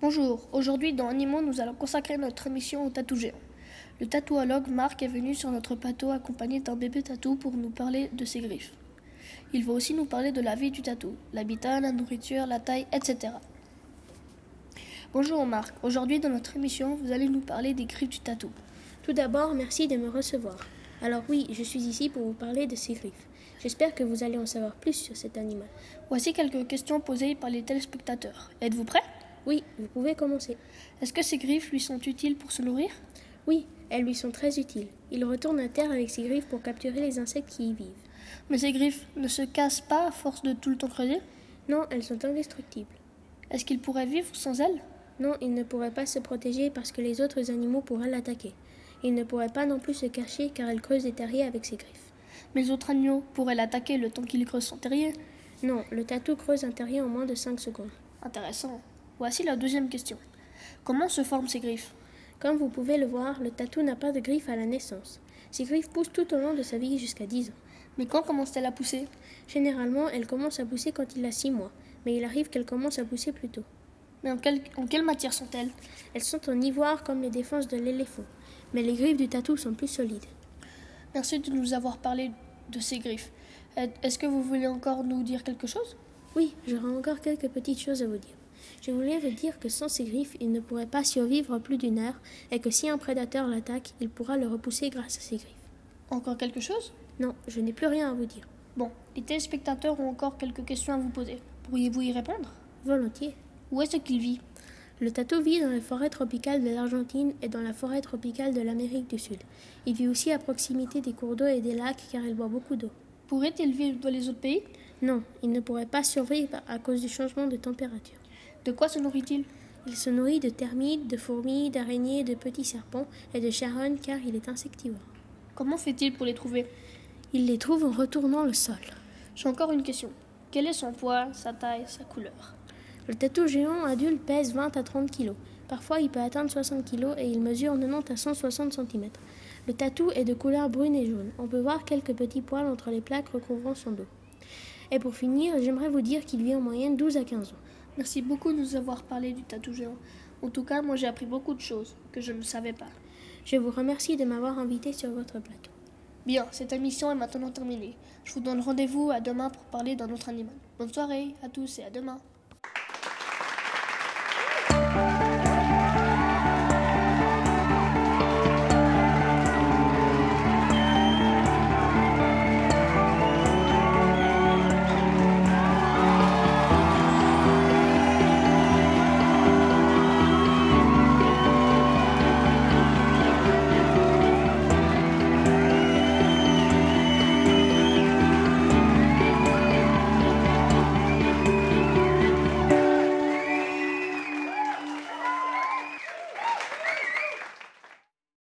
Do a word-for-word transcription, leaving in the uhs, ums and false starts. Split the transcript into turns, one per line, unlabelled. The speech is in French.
Bonjour, aujourd'hui dans Animaux, nous allons consacrer notre émission au tatou géant. Le tatouologue Marc est venu sur notre plateau accompagné d'un bébé tatou pour nous parler de ses griffes. Il va aussi nous parler de la vie du tatou, l'habitat, la nourriture, la taille, et cetera. Bonjour Marc, aujourd'hui dans notre émission, vous allez nous parler des griffes du tatou.
Tout d'abord, merci de me recevoir. Alors oui, je suis ici pour vous parler de ces griffes. J'espère que vous allez en savoir plus sur cet animal.
Voici quelques questions posées par les téléspectateurs. Êtes-vous prêts ?
Oui, vous pouvez commencer.
Est-ce que ces griffes lui sont utiles pour se nourrir ?
Oui, elles lui sont très utiles. Il retourne à terre avec ses griffes pour capturer les insectes qui y vivent.
Mais ces griffes ne se cassent pas à force de tout le temps creuser ?
Non, elles sont indestructibles.
Est-ce qu'il pourrait vivre sans elles ?
Non, il ne pourrait pas se protéger parce que les autres animaux pourraient l'attaquer. Il ne pourrait pas non plus se cacher car elle creuse des terriers avec ses griffes.
Mais les autres animaux pourraient l'attaquer le temps qu'il creuse son terrier ?
Non, le tatou creuse un terrier en moins de cinq secondes.
Intéressant. Voici la deuxième question. Comment se forment ces griffes ?
Comme vous pouvez le voir, le tatou n'a pas de griffes à la naissance. Ses griffes poussent tout au long de sa vie jusqu'à dix ans.
Mais quand commence-t-elle à pousser ?
Généralement, elle commence à pousser quand il a six mois, mais il arrive qu'elle commence à pousser plus tôt.
Mais en quelle, en quelle matière sont-elles ?
Elles sont en ivoire comme les défenses de l'éléphant, mais les griffes du tatou sont plus solides.
Merci de nous avoir parlé de ces griffes. Est-ce que vous voulez encore nous dire quelque chose ?
Oui, j'aurai encore quelques petites choses à vous dire. Je voulais vous dire que sans ces griffes, il ne pourrait pas survivre plus d'une heure et que si un prédateur l'attaque, il pourra le repousser grâce à ses griffes.
Encore quelque chose ?
Non, je n'ai plus rien à vous dire.
Bon, les téléspectateurs ont encore quelques questions à vous poser. Pourriez-vous y répondre ?
Volontiers.
Où est-ce qu'il vit ?
Le tatou vit dans les forêts tropicales de l'Argentine et dans la forêt tropicale de l'Amérique du Sud. Il vit aussi à proximité des cours d'eau et des lacs car il boit beaucoup d'eau.
Pourrait-il vivre dans les autres pays ?
Non, il ne pourrait pas survivre à cause du changement de température.
De quoi se nourrit-il ?
Il se nourrit de termites, de fourmis, d'araignées, de petits serpents et de charognes car il est insectivore.
Comment fait-il pour les trouver ?
Il les trouve en retournant le sol.
J'ai encore une question. Quel est son poids, sa taille, sa couleur ?
Le tatou géant adulte pèse vingt à trente kilos. Parfois, il peut atteindre soixante kilos et il mesure quatre-vingt-dix à cent soixante centimètres. Le tatou est de couleur brune et jaune. On peut voir quelques petits poils entre les plaques recouvrant son dos. Et pour finir, j'aimerais vous dire qu'il vit en moyenne douze à quinze ans.
Merci beaucoup de nous avoir parlé du tatou géant. En tout cas, moi j'ai appris beaucoup de choses que je ne savais pas.
Je vous remercie de m'avoir invité sur votre plateau.
Bien, cette émission est maintenant terminée. Je vous donne rendez-vous à demain pour parler d'un autre animal. Bonne soirée à tous et à demain.